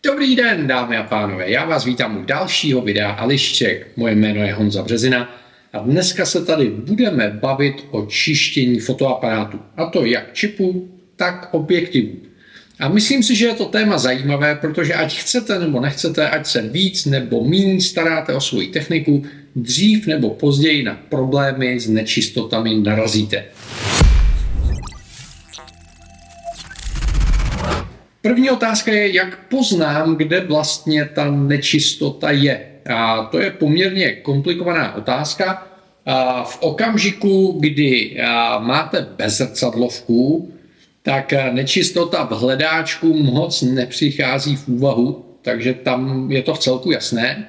Dobrý den, dámy a pánové, já vás vítám u dalšího videa Ališček. Moje jméno je Honza Březina a dneska se tady budeme bavit o čištění fotoaparátu. A to jak čipů, tak objektivů. A myslím si, že je to téma zajímavé, protože ať chcete nebo nechcete, ať se víc nebo míň staráte o svoji techniku, dřív nebo později na problémy s nečistotami narazíte. První otázka je, jak poznám, kde vlastně ta nečistota je. A to je poměrně komplikovaná otázka. V okamžiku, kdy máte bezzrcadlovku, tak nečistota v hledáčku moc nepřichází v úvahu, takže tam je to vcelku jasné.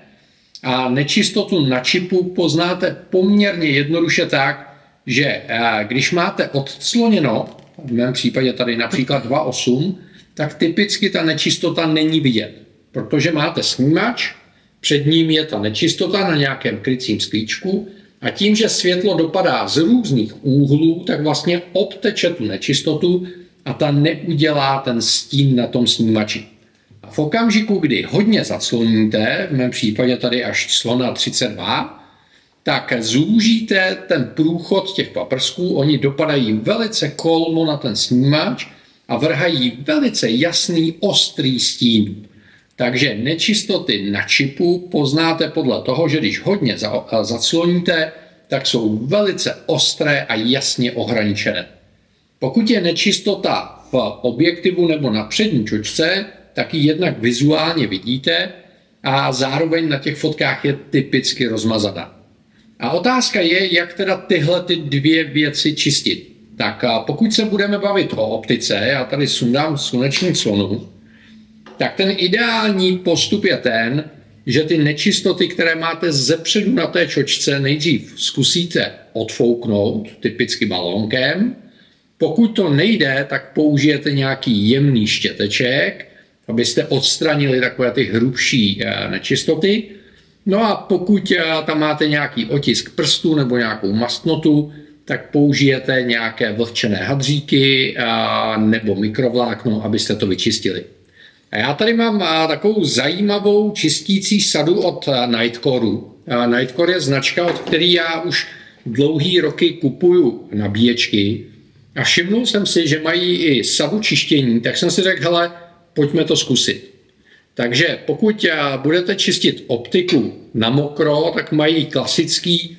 A nečistotu na čipu poznáte poměrně jednoduše tak, že když máte odcloněno, v mém případě tady například 2.8, tak typicky ta nečistota není vidět, protože máte snímač, před ním je ta nečistota na nějakém krycím sklíčku a tím, že světlo dopadá z různých úhlů, tak vlastně obteče tu nečistotu a ta neudělá ten stín na tom snímači. A v okamžiku, kdy hodně zacloníte, v mém případě tady až clona 32, tak zúžíte ten průchod těch paprsků, oni dopadají velice kolmo na ten snímač a vrhají velice jasný, ostrý stín. Takže nečistoty na čipu poznáte podle toho, že když hodně zacloníte, tak jsou velice ostré a jasně ohraničené. Pokud je nečistota v objektivu nebo na přední čočce, tak ji jednak vizuálně vidíte a zároveň na těch fotkách je typicky rozmazaná. A otázka je, jak teda tyhle ty dvě věci čistit. Tak pokud se budeme bavit o optice, já tady sundám sluneční clonu, tak ten ideální postup je ten, že ty nečistoty, které máte zepředu na té čočce, nejdřív zkusíte odfouknout, typicky balónkem. Pokud to nejde, tak použijete nějaký jemný štěteček, abyste odstranili takové ty hrubší nečistoty. No a pokud tam máte nějaký otisk prstů nebo nějakou mastnotu, tak použijete nějaké vlhčené hadříky nebo mikrovlákno, abyste to vyčistili. A já tady mám takovou zajímavou čistící sadu od Nitecore. Nitecore je značka, od které já už dlouhý roky kupuju nabíječky. A všimnul jsem si, že mají i sadu čištění, tak jsem si řekl, hele, pojďme to zkusit. Takže pokud budete čistit optiku na mokro, tak mají klasický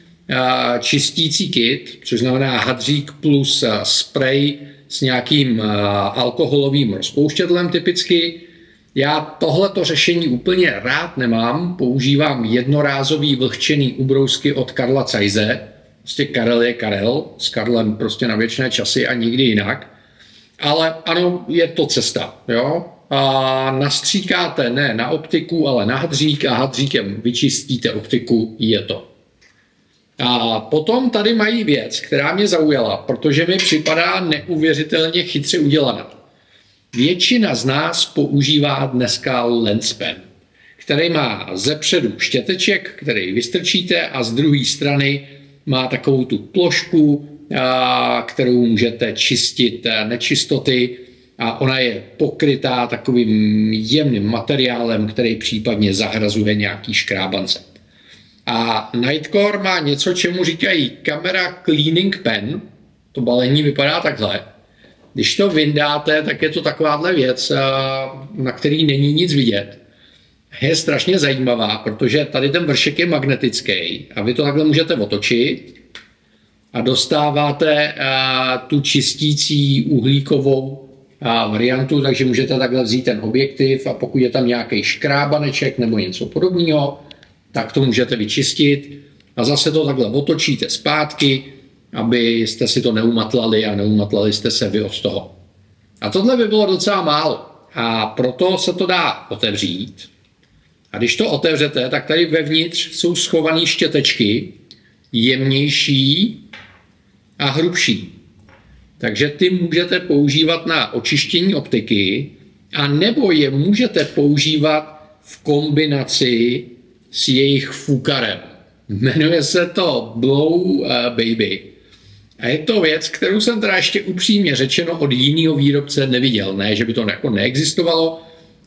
čistící kit, což znamená hadřík plus spray s nějakým alkoholovým rozpouštědlem typicky. Já tohleto řešení úplně rád nemám, používám jednorázový vlhčený ubrousky od Karla Zeisse. Prostě Karel je Karel, s Karlem prostě na věčné časy a nikdy jinak. Ale ano, je to cesta, jo? A nastříkáte ne na optiku, ale na hadřík a hadříkem vyčistíte optiku, je to. A potom tady mají věc, která mě zaujala, protože mi připadá neuvěřitelně chytře udělaná. Většina z nás používá dneska lens pen, který má zepředu štěteček, který vystrčíte a z druhé strany má takovou tu plošku, kterou můžete čistit nečistoty a ona je pokrytá takovým jemným materiálem, který případně zahrazuje nějaký škrábance. A Nitecore má něco, čemu říkají Camera Cleaning Pen. To balení vypadá takhle. Když to vyndáte, tak je to takováhle věc, na který není nic vidět. Je strašně zajímavá, protože tady ten vršek je magnetický a vy to takhle můžete otočit a dostáváte tu čistící uhlíkovou variantu, takže můžete takhle vzít ten objektiv a pokud je tam nějaký škrábaneček nebo něco podobného, tak to můžete vyčistit a zase to takhle otočíte zpátky, abyste si to neumatlali a neumatlali jste se vy od toho. A tohle by bylo docela málo a proto se to dá otevřít. A když to otevřete, tak tady vevnitř jsou schované štětečky, jemnější a hrubší. Takže ty můžete používat na očištění optiky a nebo je můžete používat v kombinaci s jejich fukarem. Jmenuje se to Blow Baby. A je to věc, kterou jsem teda ještě upřímně řečeno od jiného výrobce neviděl. Ne, že by to jako neexistovalo,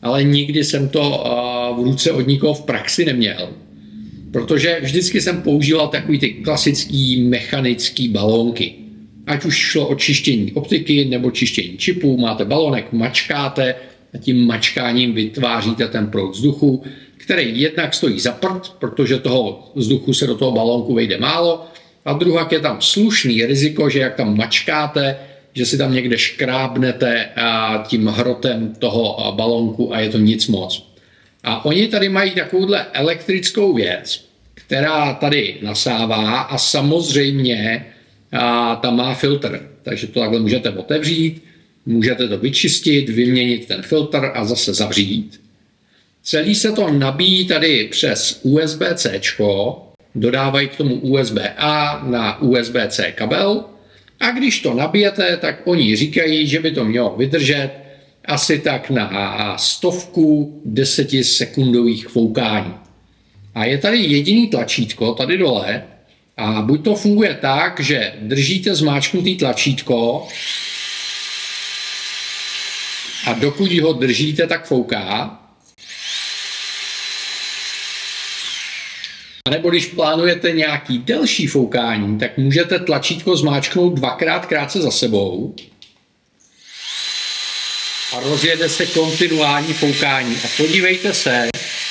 ale nikdy jsem to v ruce od nikoho v praxi neměl. Protože vždycky jsem používal takový ty klasický mechanický balónky. Ať už šlo o čištění optiky nebo čištění čipů, máte balonek, mačkáte a tím mačkáním vytváříte ten proud vzduchu, který jednak stojí za prd, protože toho vzduchu se do toho balónku vejde málo, a druhak je tam slušný riziko, že jak tam mačkáte, že si tam někde škrábnete tím hrotem toho balónku a je to nic moc. A oni tady mají takovouhle elektrickou věc, která tady nasává a samozřejmě tam má filtr. Takže to takhle můžete otevřít, můžete to vyčistit, vyměnit ten filtr a zase zavřít. Celý se to nabíjí tady přes USB-C, dodávají k tomu USB-A na USB-C kabel a když to nabijete, tak oni říkají, že by to mělo vydržet asi tak na 100 10sekundových foukání. A je tady jediný tlačítko tady dole a buď to funguje tak, že držíte zmáčknutý tlačítko a dokud ho držíte, tak fouká. A nebo když plánujete nějaký delší foukání, tak můžete tlačítko zmáčknout dvakrát krátce za sebou a rozjede se kontinuální foukání. A podívejte se,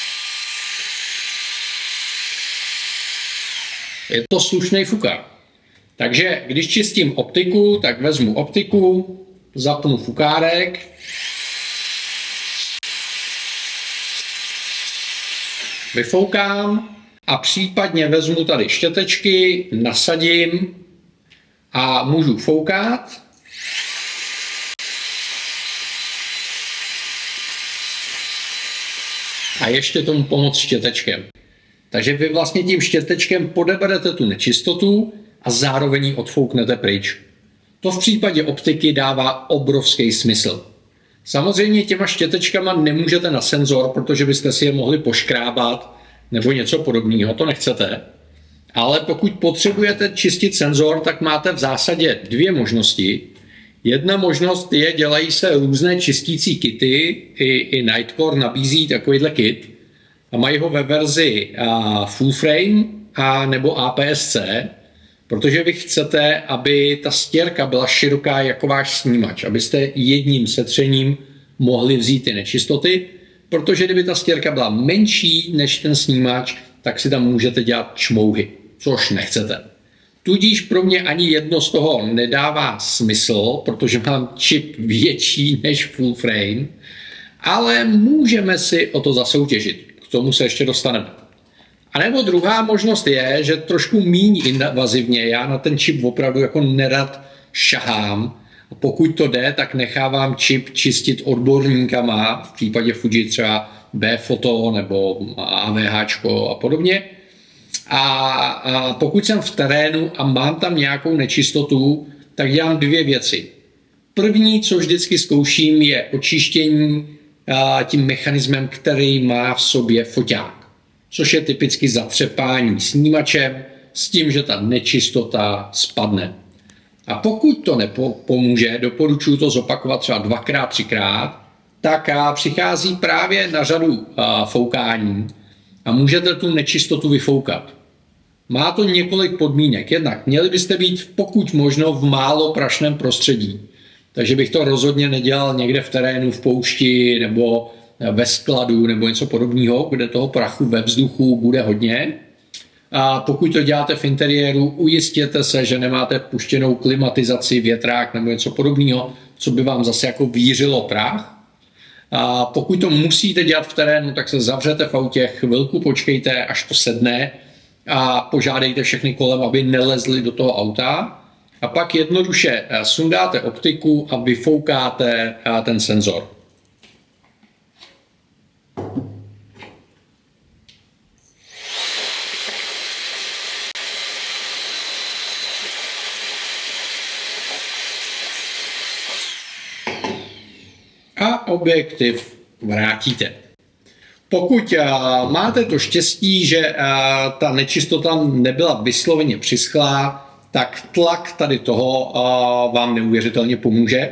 je to slušný fukar. Takže když čistím optiku, tak vezmu optiku, zapnu fukárek, vyfoukám a případně vezmu tady štětečky, nasadím a můžu foukat. A ještě tomu pomoct štětečkem. Takže vy vlastně tím štětečkem podeberete tu nečistotu a zároveň ji odfouknete pryč. To v případě optiky dává obrovský smysl. Samozřejmě těma štětečkama nemůžete na senzor, protože byste si je mohli poškrábat nebo něco podobného, to nechcete. Ale pokud potřebujete čistit senzor, tak máte v zásadě dvě možnosti. Jedna možnost je, dělají se různé čistící kity, i Nitecore nabízí takovýhle kit a mají ho ve verzi full frame a nebo APS-C, protože vy chcete, aby ta stěrka byla široká jako váš snímač, abyste jedním setřením mohli vzít ty nečistoty, protože kdyby ta stěrka byla menší než ten snímač, tak si tam můžete dělat čmouhy, což nechcete. Tudíž pro mě ani jedno z toho nedává smysl, protože mám čip větší než full frame, ale můžeme si o to zasoutěžit. K tomu se ještě dostaneme. A nebo druhá možnost je, že trošku míň invazivně, já na ten čip opravdu jako nerad šahám. Pokud to jde, tak nechávám čip čistit odborníkama, v případě Fuji třeba B-Photo nebo AVH a podobně. A pokud jsem v terénu a mám tam nějakou nečistotu, tak dělám dvě věci. První, co vždycky zkouším, je očištění tím mechanismem, který má v sobě foťák, což je typicky zatřepání snímačem s tím, že ta nečistota spadne. A pokud to nepomůže, doporučuji to zopakovat třeba 2x, 3x, tak přichází právě na řadu foukání a můžete tu nečistotu vyfoukat. Má to několik podmínek. Jednak měli byste být pokud možno v málo prašném prostředí. Takže bych to rozhodně nedělal někde v terénu, v poušti nebo ve skladu nebo něco podobného, kde toho prachu ve vzduchu bude hodně. A pokud to děláte v interiéru, ujistěte se, že nemáte puštěnou klimatizaci, větrák nebo něco podobného, co by vám zase jako vířilo prach. A pokud to musíte dělat v terénu, tak se zavřete v autě, chvilku počkejte, až to sedne a požádejte všechny kolem, aby nelezli do toho auta. A pak jednoduše sundáte optiku a vyfoukáte ten senzor. A objektiv vrátíte. Pokud máte to štěstí, že ta nečistota nebyla vysloveně přischlá, tak tlak tady toho vám neuvěřitelně pomůže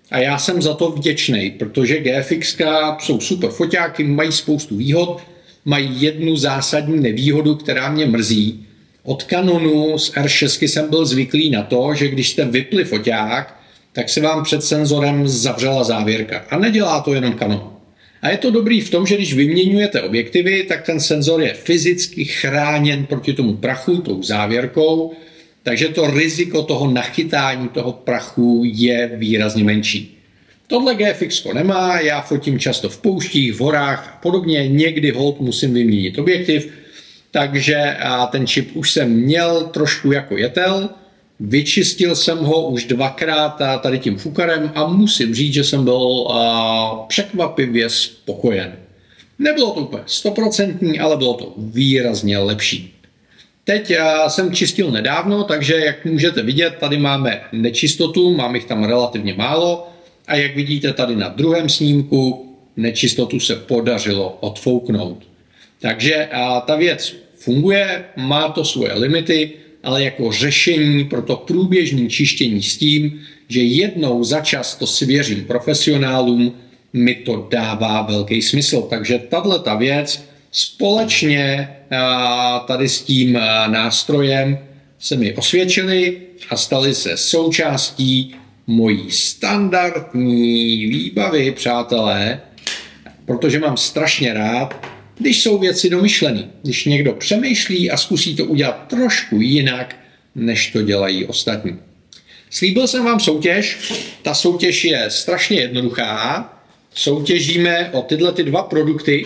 A já jsem za to vděčný, protože GFX jsou super foťáky, mají spoustu výhod, mají jednu zásadní nevýhodu, která mě mrzí. Od Canonu z R6 jsem byl zvyklý na to, že když jste vypli foťák, tak se vám před senzorem zavřela závěrka. A nedělá to jenom Canon. A je to dobrý v tom, že když vyměňujete objektivy, tak ten senzor je fyzicky chráněn proti tomu prachu, tou závěrkou, takže to riziko toho nachytání toho prachu je výrazně menší. Tohle GFX nemá, já fotím často v pouštích, v horách a podobně, někdy holt musím vyměnit objektiv, takže ten čip už jsem měl trošku jako jetel, vyčistil jsem ho už dvakrát tady tím fukarem a musím říct, že jsem byl překvapivě spokojen. Nebylo to úplně 100%, ale bylo to výrazně lepší. Teď jsem čistil nedávno, takže jak můžete vidět, tady máme nečistotu, mám jich tam relativně málo a jak vidíte tady na druhém snímku, nečistotu se podařilo odfouknout. Takže ta věc funguje, má to svoje limity, ale jako řešení pro to průběžné čištění s tím, že jednou za čas to svěřím profesionálům, mi to dává velký smysl. Takže tato věc společně tady s tím nástrojem se mi osvědčily a staly se součástí mojí standardní výbavy, přátelé, protože mám strašně rád, když jsou věci domyšlené, když někdo přemýšlí a zkusí to udělat trošku jinak, než to dělají ostatní. Slíbil jsem vám soutěž, ta soutěž je strašně jednoduchá, soutěžíme o tyhle dva produkty,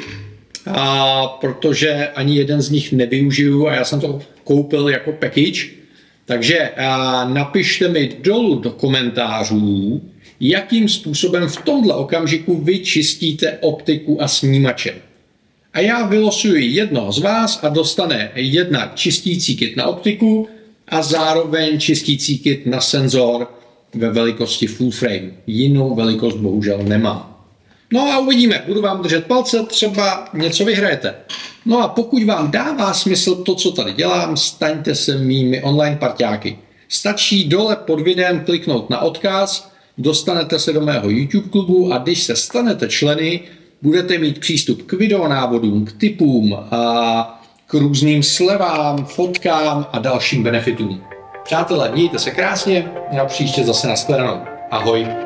protože ani jeden z nich nevyužiju a já jsem to koupil jako package, takže napište mi dolů do komentářů, jakým způsobem v tomhle okamžiku vy čistíte optiku a snímače. A já vylosuji jednoho z vás a dostane jednak čistící kit na optiku a zároveň čistící kit na senzor ve velikosti full frame. Jinou velikost bohužel nemám. No a uvidíme, budu vám držet palce, třeba něco vyhrajete. No a pokud vám dává smysl to, co tady dělám, staňte se mými online parťáky. Stačí dole pod videem kliknout na odkaz, dostanete se do mého YouTube klubu a když se stanete členy, budete mít přístup k videonávodům, k tipům, a k různým slevám, fotkám a dalším benefitům. Přátelé, mějte se krásně a příště zase nashledanou. Ahoj.